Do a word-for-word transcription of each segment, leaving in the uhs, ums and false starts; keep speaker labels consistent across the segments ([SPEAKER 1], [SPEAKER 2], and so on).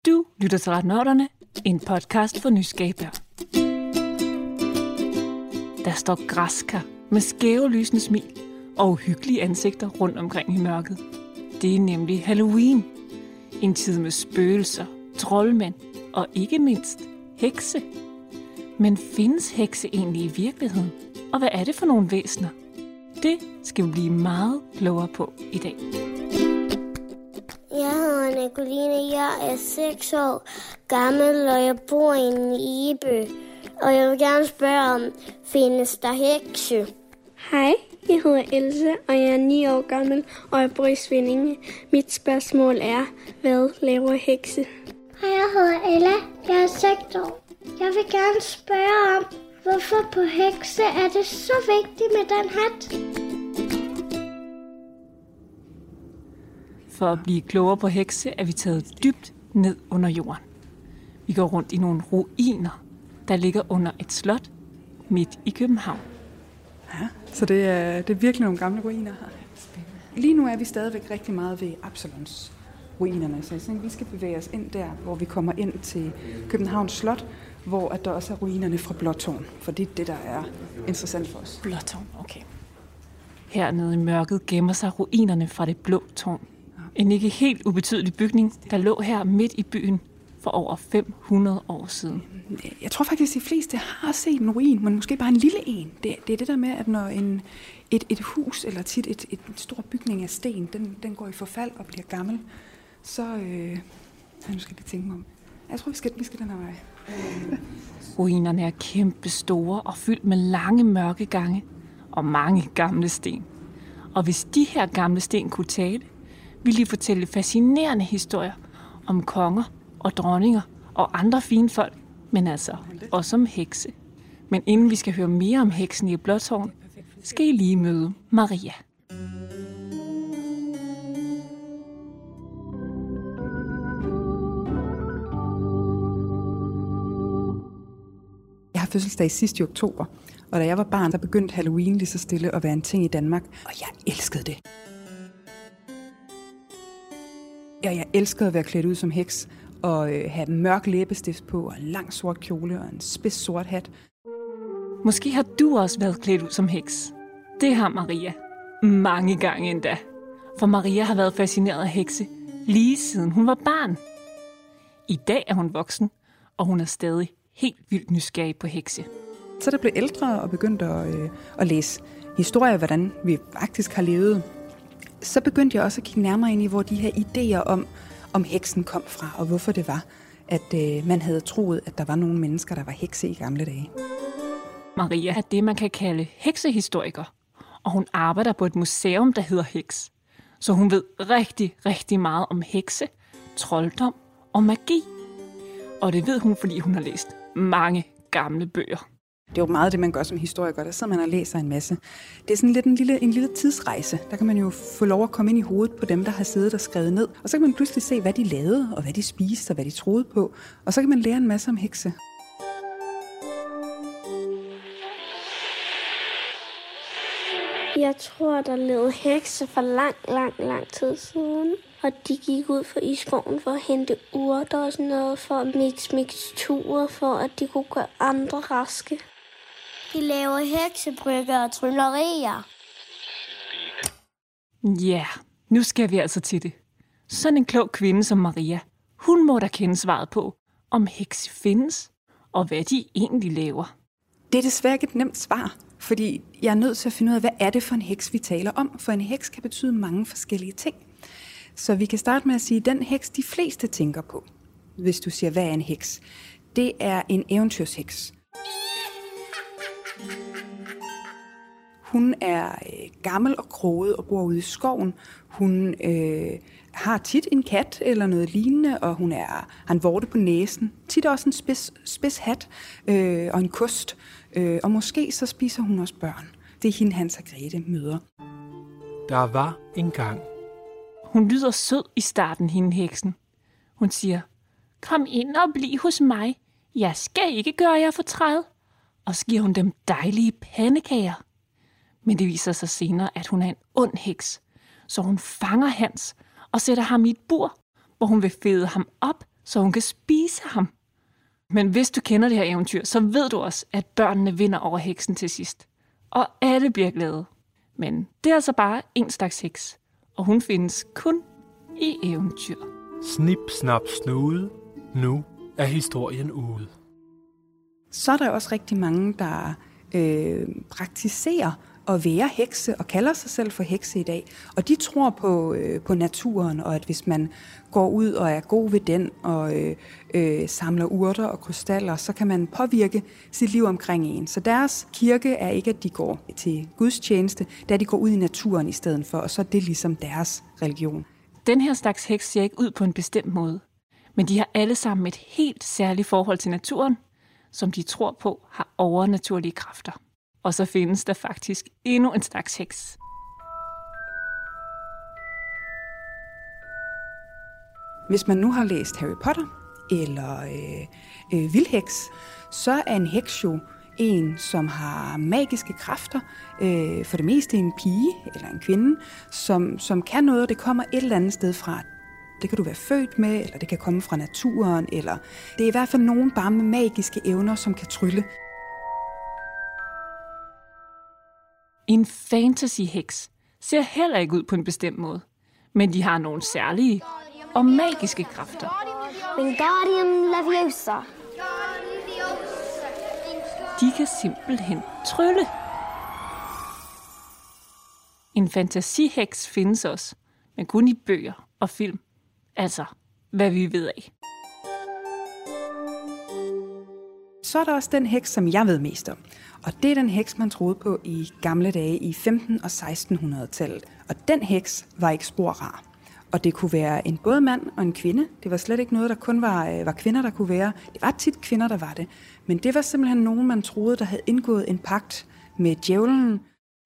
[SPEAKER 1] Du lytter til Retnørderne, en podcast for nysgerrige børn. Der står græskar med skæve lysende smil og uhyggelige ansigter rundt omkring i mørket. Det er nemlig Halloween. En tid med spøgelser, troldmænd og ikke mindst hekse. Men findes hekse egentlig i virkeligheden? Og hvad er det for nogle væsener? Det skal vi blive meget klogere på i dag.
[SPEAKER 2] Jeg hedder Nicoline, jeg er seks år gammel, og jeg bor inde i Ibø. Og jeg vil gerne spørge om, findes der hekse?
[SPEAKER 3] Hej, jeg hedder Else, og jeg er ni år gammel, og jeg bor i Svindinge. Mit spørgsmål er, hvad laver hekse?
[SPEAKER 2] Hej, jeg hedder Ella, jeg er seks år. Jeg vil gerne spørge om, hvorfor på hekse er det så vigtigt med den hat?
[SPEAKER 1] For at blive klogere på hekse er vi taget dybt ned under jorden. Vi går rundt i nogle ruiner, der ligger under et slot midt i København.
[SPEAKER 4] Ja, så det er, det er virkelig nogle gamle ruiner her. Lige nu er vi stadigvæk rigtig meget ved Absalons ruinerne, så jeg tænker, vi skal bevæge os ind der, hvor vi kommer ind til Københavns Slot, hvor at der også er ruinerne fra Blåtårn, for det er det, der er interessant for os.
[SPEAKER 1] Blåtårn, okay. Hernede i mørket gemmer sig ruinerne fra det Blå Tårn. En ikke helt ubetydelig bygning, der lå her midt i byen for over fem hundrede år siden.
[SPEAKER 4] Jeg tror faktisk, at de fleste har set en ruin, men måske bare en lille en. Det, det er det der med, at når en, et, et hus eller tit et, et, en stor bygning af sten, den, den går i forfald og bliver gammel, så øh, nu skal jeg tænke mig om. Jeg tror, vi skal, vi skal den her vej.
[SPEAKER 1] Ruinerne er kæmpe store og fyldt med lange mørke gange og mange gamle sten. Og hvis de her gamle sten kunne tale, ville de fortælle fascinerende historier om konger og dronninger og andre fine folk, men altså også om hekse. Men inden vi skal høre mere om heksen i Blåtårn, skal I lige møde Maria.
[SPEAKER 4] Jeg har fødselsdag sidst i oktober, og da jeg var barn, der begyndte Halloween lige så stille at være en ting i Danmark, og jeg elskede det. Ja, jeg elskede at være klædt ud som heks, og øh, have mørk læbestift på, og en lang sort kjole og en spids sort hat.
[SPEAKER 1] Måske har du også været klædt ud som heks. Det har Maria. Mange gange endda. For Maria har været fascineret af hekse, lige siden hun var barn. I dag er hun voksen, og hun er stadig helt vildt nysgerrig på hekse.
[SPEAKER 4] Så der blev ældre og begyndte at, øh, at læse historier, hvordan vi faktisk har levet. Så begyndte jeg også at kigge nærmere ind i, hvor de her idéer om, om heksen kom fra, og hvorfor det var, at øh, man havde troet, at der var nogle mennesker, der var hekse i gamle dage.
[SPEAKER 1] Maria er det, man kan kalde heksehistoriker, og hun arbejder på et museum, der hedder Heks. Så hun ved rigtig, rigtig meget om hekse, trolddom og magi. Og det ved hun, fordi hun har læst mange gamle bøger.
[SPEAKER 4] Det er jo meget det, man gør som historiker. Der sidder man og læser en masse. Det er sådan lidt en lille, en lille tidsrejse. Der kan man jo få lov at komme ind i hovedet på dem, der har siddet og skrevet ned. Og så kan man pludselig se, hvad de lavede, og hvad de spiste, og hvad de troede på. Og så kan man lære en masse om hekse.
[SPEAKER 3] Jeg tror, der levede hekse for lang, lang, lang tid siden. Og de gik ud for i skoven for at hente urter og sådan noget, for at mixe miksturer, for at de kunne gøre andre raske.
[SPEAKER 2] De laver heksebrygger og tryllerier.
[SPEAKER 1] Ja, yeah, nu skal vi altså til det. Sådan en klog kvinde som Maria, hun må da kende svaret på, om hekse findes, og hvad de egentlig laver.
[SPEAKER 4] Det er desværre ikke et nemt svar, fordi jeg er nødt til at finde ud af, hvad er det for en heks, vi taler om. For en heks kan betyde mange forskellige ting. Så vi kan starte med at sige, at den heks, de fleste tænker på, hvis du siger, hvad er en heks, det er en eventyrsheks. Hun er øh, gammel og kroget og bor ude i skoven. Hun øh, har tit en kat eller noget lignende, og hun er, har en vorte på næsen. Tit også en spids, spids hat øh, og en kost. Øh, og måske så spiser hun også børn. Det er hende, Hans og Grete møder.
[SPEAKER 5] Der var en gang.
[SPEAKER 1] Hun lyder sød i starten, hende heksen. Hun siger, kom ind og bliv hos mig. Jeg skal ikke gøre jer fortræd. Og så giver hun dem dejlige pandekager. Men det viser sig senere, at hun er en ond heks. Så hun fanger Hans og sætter ham i et bur, hvor hun vil fede ham op så hun kan spise ham. Men hvis du kender det her eventyr, så ved du også, at børnene vinder over heksen til sidst. Og alle bliver glade. Men det er altså bare en slags heks, og hun findes kun i eventyr.
[SPEAKER 5] Snip, snap, snude. Nu er historien ude.
[SPEAKER 4] Så er der også rigtig mange, der øh, praktiserer at være hekse og kalder sig selv for hekse i dag. Og de tror på, øh, på naturen, og at hvis man går ud og er god ved den, og øh, øh, samler urter og krystaller, så kan man påvirke sit liv omkring en. Så deres kirke er ikke, at de går til gudstjeneste, det er, at de går ud i naturen i stedet for, og så er det ligesom deres religion.
[SPEAKER 1] Den her slags heks ser ikke ud på en bestemt måde, men de har alle sammen et helt særligt forhold til naturen, som de tror på har overnaturlige kræfter. Og så findes der faktisk endnu en slags heks.
[SPEAKER 4] Hvis man nu har læst Harry Potter eller øh, øh, Vildheks, så er en heks jo en, som har magiske kræfter. Øh, for det meste en pige eller en kvinde, som, som kan noget, og det kommer et eller andet sted fra. Det kan du være født med, eller det kan komme fra naturen, eller det er i hvert fald nogen bare med magiske evner, som kan trylle.
[SPEAKER 1] En fantasy-heks ser heller ikke ud på en bestemt måde, men de har nogle særlige og magiske kræfter.
[SPEAKER 2] Wingardium Leviosa.
[SPEAKER 1] De kan simpelthen trylle. En fantasiheks findes også, men kun i bøger og film. Altså, hvad vi ved af.
[SPEAKER 4] Så er der også den heks, som jeg ved mest om. Og det er den heks, man troede på i gamle dage i femten- og sekstenhundredetallet. Og den heks var ikke spor rar. Og det kunne være en både mand og en kvinde. Det var slet ikke noget, der kun var, var kvinder, der kunne være. Det var tit kvinder, der var det. Men det var simpelthen nogen, man troede, der havde indgået en pagt med djævlen.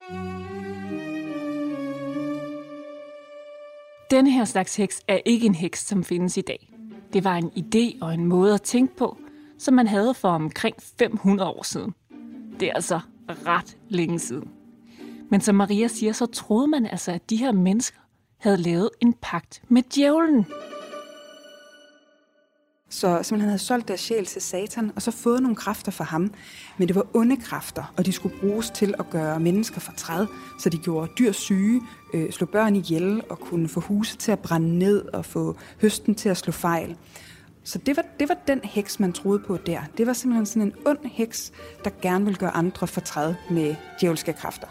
[SPEAKER 1] Den her slags heks er ikke en heks, som findes i dag. Det var en idé og en måde at tænke på, som man havde for omkring fem hundrede år siden. Det er altså ret længe siden. Men som Maria siger, så troede man altså, at de her mennesker havde lavet en pagt med djævlen.
[SPEAKER 4] Så simpelthen havde solgt deres sjæl til Satan, og så fået nogle kræfter fra ham. Men det var onde kræfter, og de skulle bruges til at gøre mennesker fortræd, så de gjorde dyr syge, øh, slog børn ihjel og kunne få huse til at brænde ned og få høsten til at slå fejl. Så det var, det var den heks, man troede på der. Det var simpelthen sådan en ond heks, der gerne ville gøre andre fortræd med djævelske kræfter.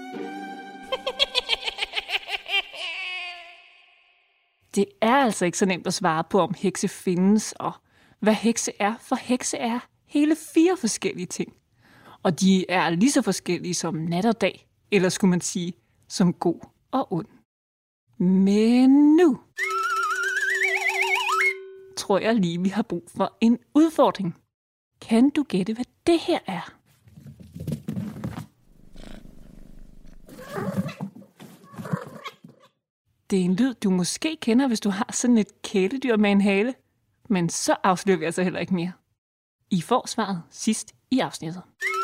[SPEAKER 1] Det er altså ikke så nemt at svare på, om hekse findes, og hvad hekse er, for hekse er hele fire forskellige ting. Og de er lige så forskellige som nat og dag, eller skulle man sige, som god og ond. Men nu tror jeg lige, vi har brug for en udfordring. Kan du gætte, hvad det her er? Det er en lyd, du måske kender, hvis du har sådan et kæledyr med en hale. Men så afslører vi altså heller ikke mere. I får svaret sidst i afsnittet.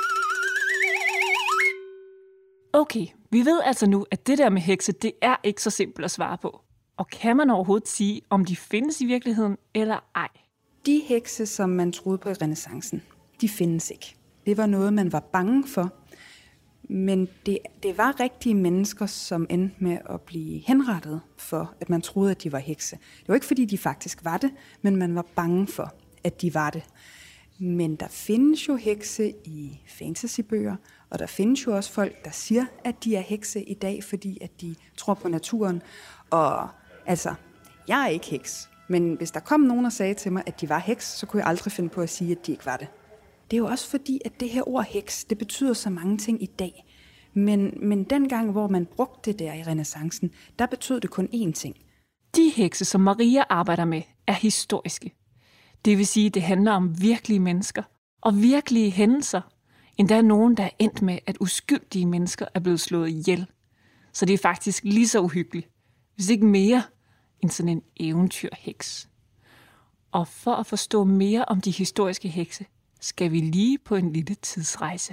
[SPEAKER 1] Okay, vi ved altså nu, at det der med hekse, det er ikke så simpelt at svare på. Og kan man overhovedet sige, om de findes i virkeligheden eller ej?
[SPEAKER 4] De hekse, som man troede på i renæssancen, de findes ikke. Det var noget, man var bange for. Men det, det var rigtige mennesker, som endte med at blive henrettet for, at man troede, at de var hekse. Det var ikke, fordi de faktisk var det, men man var bange for, at de var det. Men der findes jo hekse i fantasybøger, og der findes jo også folk, der siger, at de er hekse i dag, fordi at de tror på naturen. Og altså, jeg er ikke heks, men hvis der kom nogen og sagde til mig, at de var heks, så kunne jeg aldrig finde på at sige, at de ikke var det. Det er jo også fordi, at det her ord heks, det betyder så mange ting i dag. Men, men dengang, hvor man brugte det der i renæssancen, der betød det kun én ting.
[SPEAKER 1] De hekse, som Maria arbejder med, er historiske. Det vil sige, at det handler om virkelige mennesker og virkelige hændelser. Endda nogen, der er endt med, at uskyldige mennesker er blevet slået ihjel. Så det er faktisk lige så uhyggeligt, hvis ikke mere end sådan en eventyrheks. Og for at forstå mere om de historiske hekse, skal vi lige på en lille tidsrejse.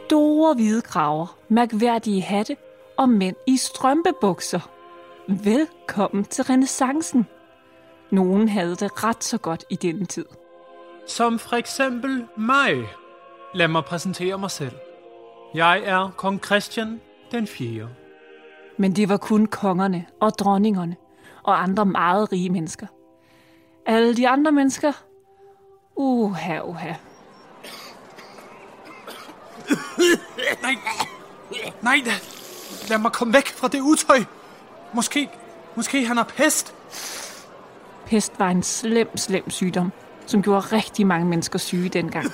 [SPEAKER 1] store hvide kraver, mærkværdige hatte og mænd i strømpebukser. Velkommen til renæssancen. Nogen havde det ret så godt i denne tid.
[SPEAKER 5] Som for eksempel mig. Lad mig præsentere mig selv. Jeg er kong Christian den fjerde.
[SPEAKER 1] Men det var kun kongerne og dronningerne og andre meget rige mennesker. Alle de andre mennesker? Uha, uha.
[SPEAKER 5] Nej, nej, lad mig komme væk fra det utøj. Måske, måske han har pest.
[SPEAKER 1] Pest var en slem, slem sygdom, som gjorde rigtig mange mennesker syge dengang.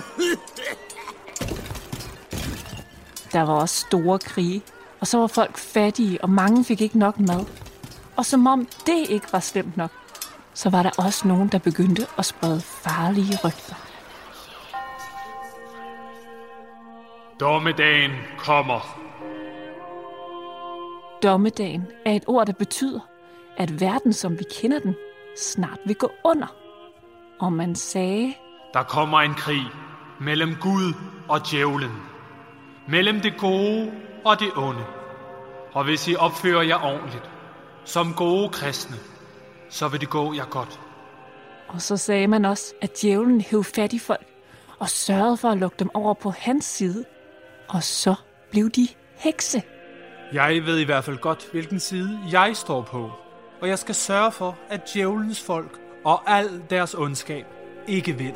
[SPEAKER 1] Der var også store krige, og så var folk fattige, og mange fik ikke nok mad. Og som om det ikke var slemt nok, så var der også nogen, der begyndte at sprede farlige rygter.
[SPEAKER 5] Dommedagen kommer.
[SPEAKER 1] Dommedagen er et ord, der betyder, at verden, som vi kender den, snart vil gå under. Og man sagde,
[SPEAKER 5] der kommer en krig mellem Gud og djævlen. Mellem det gode og det onde. Og hvis I opfører jer ordentligt, som gode kristne, så vil det gå jer godt.
[SPEAKER 1] Og så sagde man også, at djævlen hev fat i folk og sørgede for at lukke dem over på hans side. Og så blev de hekse.
[SPEAKER 5] Jeg ved i hvert fald godt, hvilken side jeg står på. Og jeg skal sørge for, at djævelens folk og al deres ondskab ikke vinder.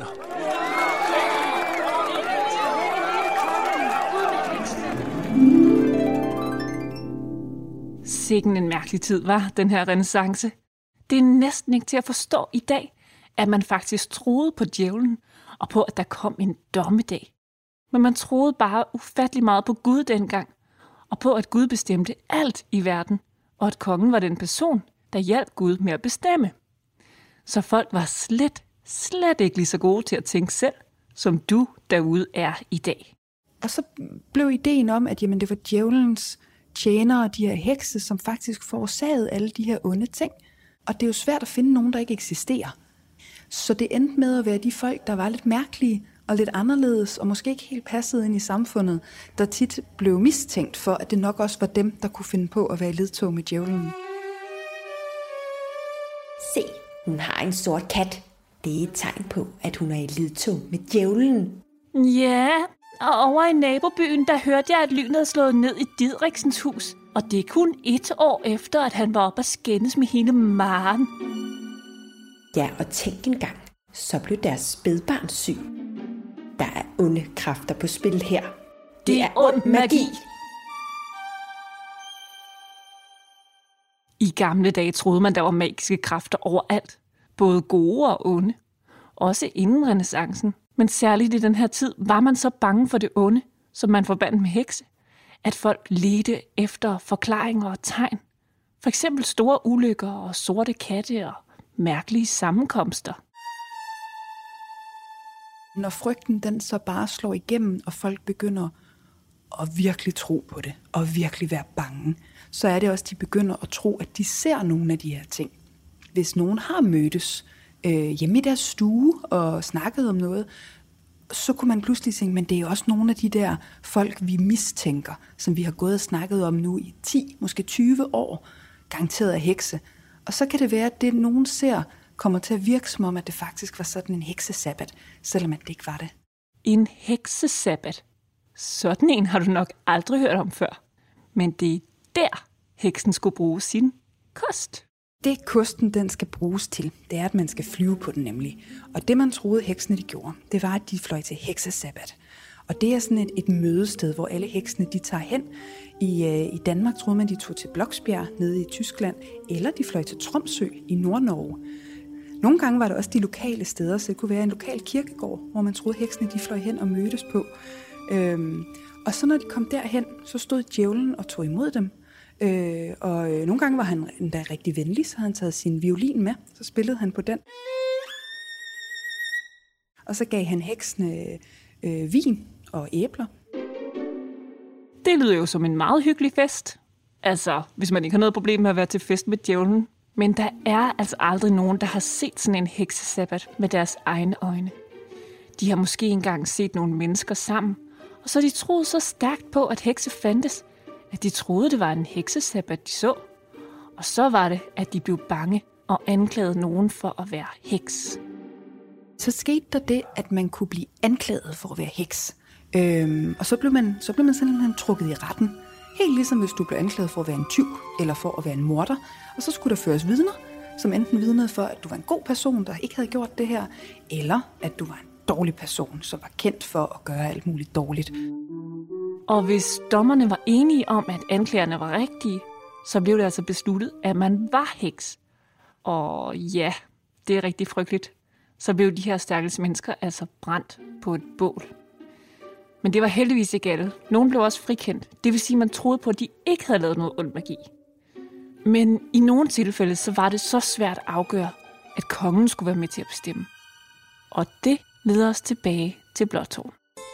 [SPEAKER 1] Sikken en mærkelig tid var den her renæssance. Det er næsten ikke til at forstå i dag, at man faktisk troede på djævlen og på, at der kom en dommedag. Men man troede bare ufattelig meget på Gud dengang, og på, at Gud bestemte alt i verden, og at kongen var den person, der hjalp Gud med at bestemme. Så folk var slet, slet ikke lige så gode til at tænke selv, som du derude er i dag.
[SPEAKER 4] Og så blev ideen om, at jamen, det var djævelens tjenere, de her hekse, som faktisk forårsagede alle de her onde ting. Og det er jo svært at finde nogen, der ikke eksisterer. Så det endte med at være de folk, der var lidt mærkelige og lidt anderledes, og måske ikke helt passede ind i samfundet, der tit blev mistænkt for, at det nok også var dem, der kunne finde på at være i ledtog med djævlen.
[SPEAKER 6] Se, hun har en sort kat. Det er et tegn på, at hun er i ledtog med djævlen.
[SPEAKER 1] Ja, og over i nabobyen, der hørte jeg, at lynet havde slået ned i Didriksens hus. Og det er kun et år efter, at han var oppe at skændes med hele Maren.
[SPEAKER 6] Ja, og tænk engang, så blev deres spædbarn syg. Der er onde kræfter på spil her. Det, det er ond magi.
[SPEAKER 1] I gamle dage troede man, der var magiske kræfter overalt. Både gode og onde. Også inden renæssancen. Men særligt i den her tid var man så bange for det onde, som man forbandt med hekse, at folk ledte efter forklaringer og tegn. For eksempel store ulykker og sorte katte og mærkelige sammenkomster.
[SPEAKER 4] Når frygten den så bare slår igennem, og folk begynder at virkelig tro på det, og virkelig være bange, så er det også, de begynder at tro, at de ser nogle af de her ting. Hvis nogen har mødtes øh, hjemme i deres stue og snakket om noget, så kunne man pludselig tænke, men det er også nogle af de der folk, vi mistænker, som vi har gået og snakket om nu i ti, måske tyve år, garanteret af hekse. Og så kan det være, at det nogen ser, kommer til at virke som om, at det faktisk var sådan en heksesabbat, selvom at det ikke var det.
[SPEAKER 1] En heksesabbat? Sådan en har du nok aldrig hørt om før. Men det er der, heksen skulle bruge sin kost.
[SPEAKER 4] Det kosten den skal bruges til, det er, at man skal flyve på den nemlig. Og det, man troede heksene de gjorde, det var, at de fløj til heksesabbat. Og det er sådan et, et mødested, hvor alle heksene de tager hen. I, øh, I Danmark troede man, de tog til Bloksbjerg nede i Tyskland, eller de fløj til Tromsø i Nordnorge. Nogle gange var det også de lokale steder, så det kunne være en lokal kirkegård, hvor man troede, heksene de fløj hen og mødtes på. Øhm, og så når de kom derhen, så stod djævlen og tog imod dem. Øh, og øh, nogle gange var han endda rigtig venlig, så havde han taget sin violin med, så spillede han på den. Og så gav han heksene øh, vin og æbler.
[SPEAKER 1] Det lyder jo som en meget hyggelig fest. Altså, hvis man ikke har noget problem med at være til fest med djævlen. Men der er altså aldrig nogen, der har set sådan en heksesabbat med deres egne øjne. De har måske engang set nogle mennesker sammen, Og så de troede så stærkt på, at hekse fandtes, at de troede, det var en heksesabbat, de så. Og så var det, at de blev bange og anklagede nogen for at være heks.
[SPEAKER 4] Så skete der det, at man kunne blive anklaget for at være heks. Øhm, og så blev, man, så blev man simpelthen trukket i retten. Helt ligesom hvis du blev anklaget for at være en tyv eller for at være en morder. Og så skulle der føres vidner, som enten vidnede for, at du var en god person, der ikke havde gjort det her, eller at du var en dårlig person, som var kendt for at gøre alt muligt dårligt.
[SPEAKER 1] Og hvis dommerne var enige om, at anklagerne var rigtige, så blev det altså besluttet, at man var heks. Og ja, det er rigtig frygteligt. Så blev de her stakkels mennesker altså brændt på et bål. Men det var heldigvis ikke alle. Nogle blev også frikendt. Det vil sige, at man troede på, at de ikke havde lavet noget ond magi. Men i nogle tilfælde, så var det så svært at afgøre, at kongen skulle være med til at bestemme. Og det leder os tilbage til Blåtårn.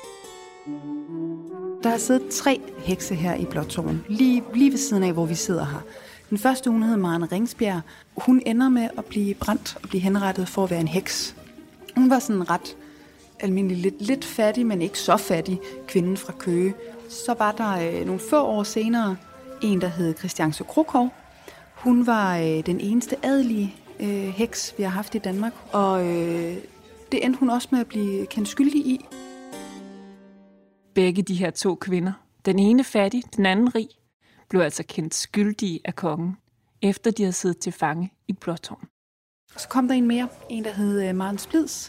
[SPEAKER 4] Der har siddet tre hekse her i Blåtårn, lige, lige ved siden af, hvor vi sidder her. Den første, hun hedder Maren Ringsbjerg. Hun ender med at blive brændt og blive henrettet for at være en heks. Hun var sådan ret almindelig, lidt, lidt fattig, men ikke så fattig kvinde fra Køge. Så var der øh, nogle få år senere en, der hed Christianse Krokov. Hun var øh, den eneste adelige øh, heks, vi har haft i Danmark, og øh, det endte hun også med at blive kendt skyldig i.
[SPEAKER 1] Begge de her to kvinder, den ene fattig, den anden rig, blev altså kendt skyldige af kongen, efter de havde siddet til fange i Blåtårn.
[SPEAKER 4] Og så kom der en mere, en der hed øh, Maren Splids.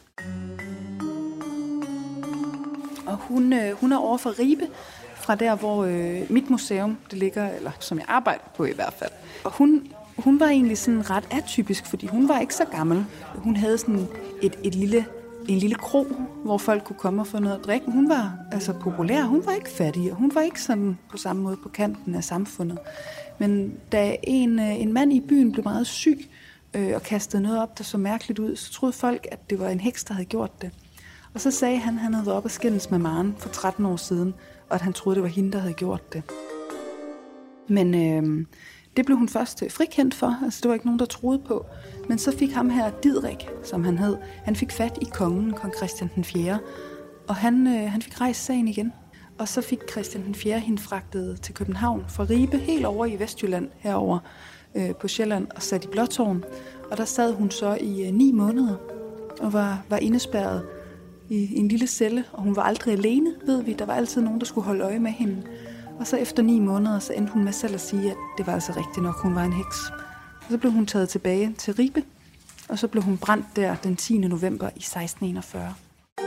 [SPEAKER 4] Og hun, øh, hun er over for Ribe, fra der, hvor øh, mit museum det ligger, eller som jeg arbejder på i hvert fald. Og hun, hun var egentlig sådan ret atypisk, fordi hun var ikke så gammel. Hun havde sådan et, et lille, en lille kro, hvor folk kunne komme og få noget at drikke. Hun var altså populær, hun var ikke fattig, og hun var ikke sådan på samme måde på kanten af samfundet. Men da en, en mand i byen blev meget syg øh, og kastede noget op, der så mærkeligt ud, så troede folk, at det var en heks, der havde gjort det. Og så sagde han, at han havde været op og skændes med Maren for tretten år siden, og at han troede, det var hende, der havde gjort det. Men øh, det blev hun først frikendt for, altså det var ikke nogen, der troede på. Men så fik ham her, Didrik, som han hed, han fik fat i kongen, kong Christian den fjerde, og han, øh, han fik rejst sagen igen. Og så fik Christian den fjerde hende fragtet til København fra Ribe, helt over i Vestjylland, herover øh, på Sjælland, og sat i Blåtårn. Og der sad hun så i øh, ni måneder og var, var indespærret i en lille celle, og hun var aldrig alene, ved vi. Der var altid nogen, der skulle holde øje med hende. Og så efter ni måneder, så endte hun med selv at sige, at det var altså rigtigt nok, hun var en heks. Og så blev hun taget tilbage til Ribe, og så blev hun brændt der den tiende november i seksten enogfyrre.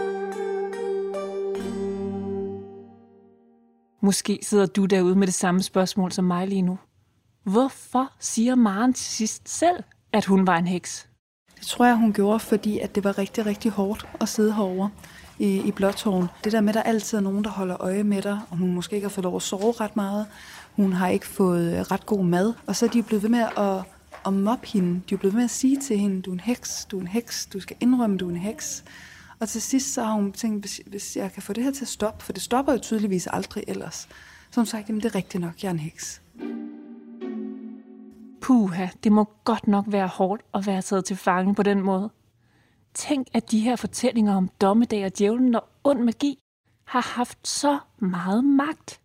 [SPEAKER 1] Måske sidder du derude med det samme spørgsmål som mig lige nu. Hvorfor siger Maren til sidst selv, at hun var en heks?
[SPEAKER 4] Det tror jeg, hun gjorde, fordi at det var rigtig, rigtig hårdt at sidde herovre i, i Blåtårn. Det der med, at der altid er nogen, der holder øje med dig, og hun måske ikke har fået lov at sove ret meget. Hun har ikke fået ret god mad. Og så er de blevet ved med at, at mobbe hende. De er blevet ved med at sige til hende, du er en heks, du er en heks, du skal indrømme, du er en heks. Og til sidst så har hun tænkt, hvis, hvis jeg kan få det her til at stoppe, for det stopper jo tydeligvis aldrig ellers. Så har hun sagt, jamen det er rigtigt nok, jeg er en heks.
[SPEAKER 1] Puha, det må godt nok være hårdt at være taget til fange på den måde. Tænk, at de her fortællinger om dommedag og djævlen og ond magi har haft så meget magt.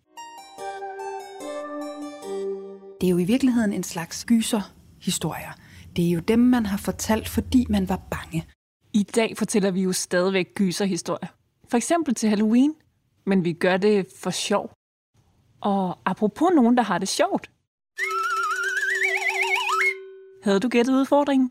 [SPEAKER 4] Det er jo i virkeligheden en slags gyserhistorier. Det er jo dem, man har fortalt, fordi man var bange.
[SPEAKER 1] I dag fortæller vi jo stadigvæk gyserhistorier. For eksempel til Halloween, men vi gør det for sjov. Og apropos nogen, der har det sjovt. Havde du gættet udfordringen?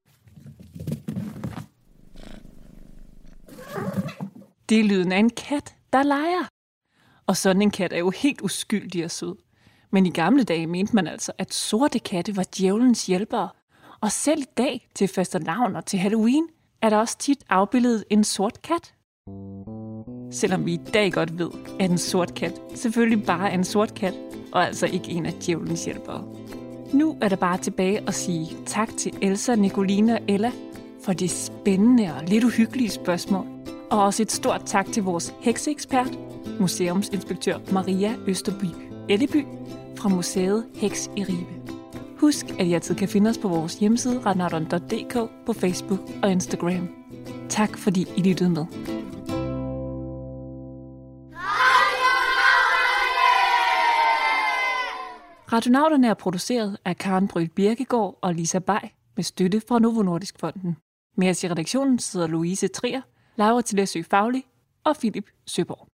[SPEAKER 1] Det er lyden af en kat, der leger. Og sådan en kat er jo helt uskyldig og sød. Men i gamle dage mente man altså, at sorte katte var djævelens hjælpere. Og selv i dag, til fastelavn og til Halloween, er der også tit afbildet en sort kat. Selvom vi i dag godt ved, at en sort kat selvfølgelig bare er en sort kat, og altså ikke en af djævelens hjælpere. Nu er der bare tilbage at sige tak til Elsa, Nicoline og Ella for det spændende og lidt uhyggelige spørgsmål. Og også et stort tak til vores hekseekspert, museumsinspektør Maria Østerby Elleby fra museet Heks i Ribe. Husk, at I altid kan finde os på vores hjemmeside radionauterne punktum d k, på Facebook og Instagram. Tak fordi I lyttede med. Radionauterne er produceret af Karen Brøl Birkegaard og Lisa Bay med støtte fra Novo Nordisk Fonden. Med os i redaktionen sidder Louise Trier, Laura Tillæsø Faglig og Philip Søborg.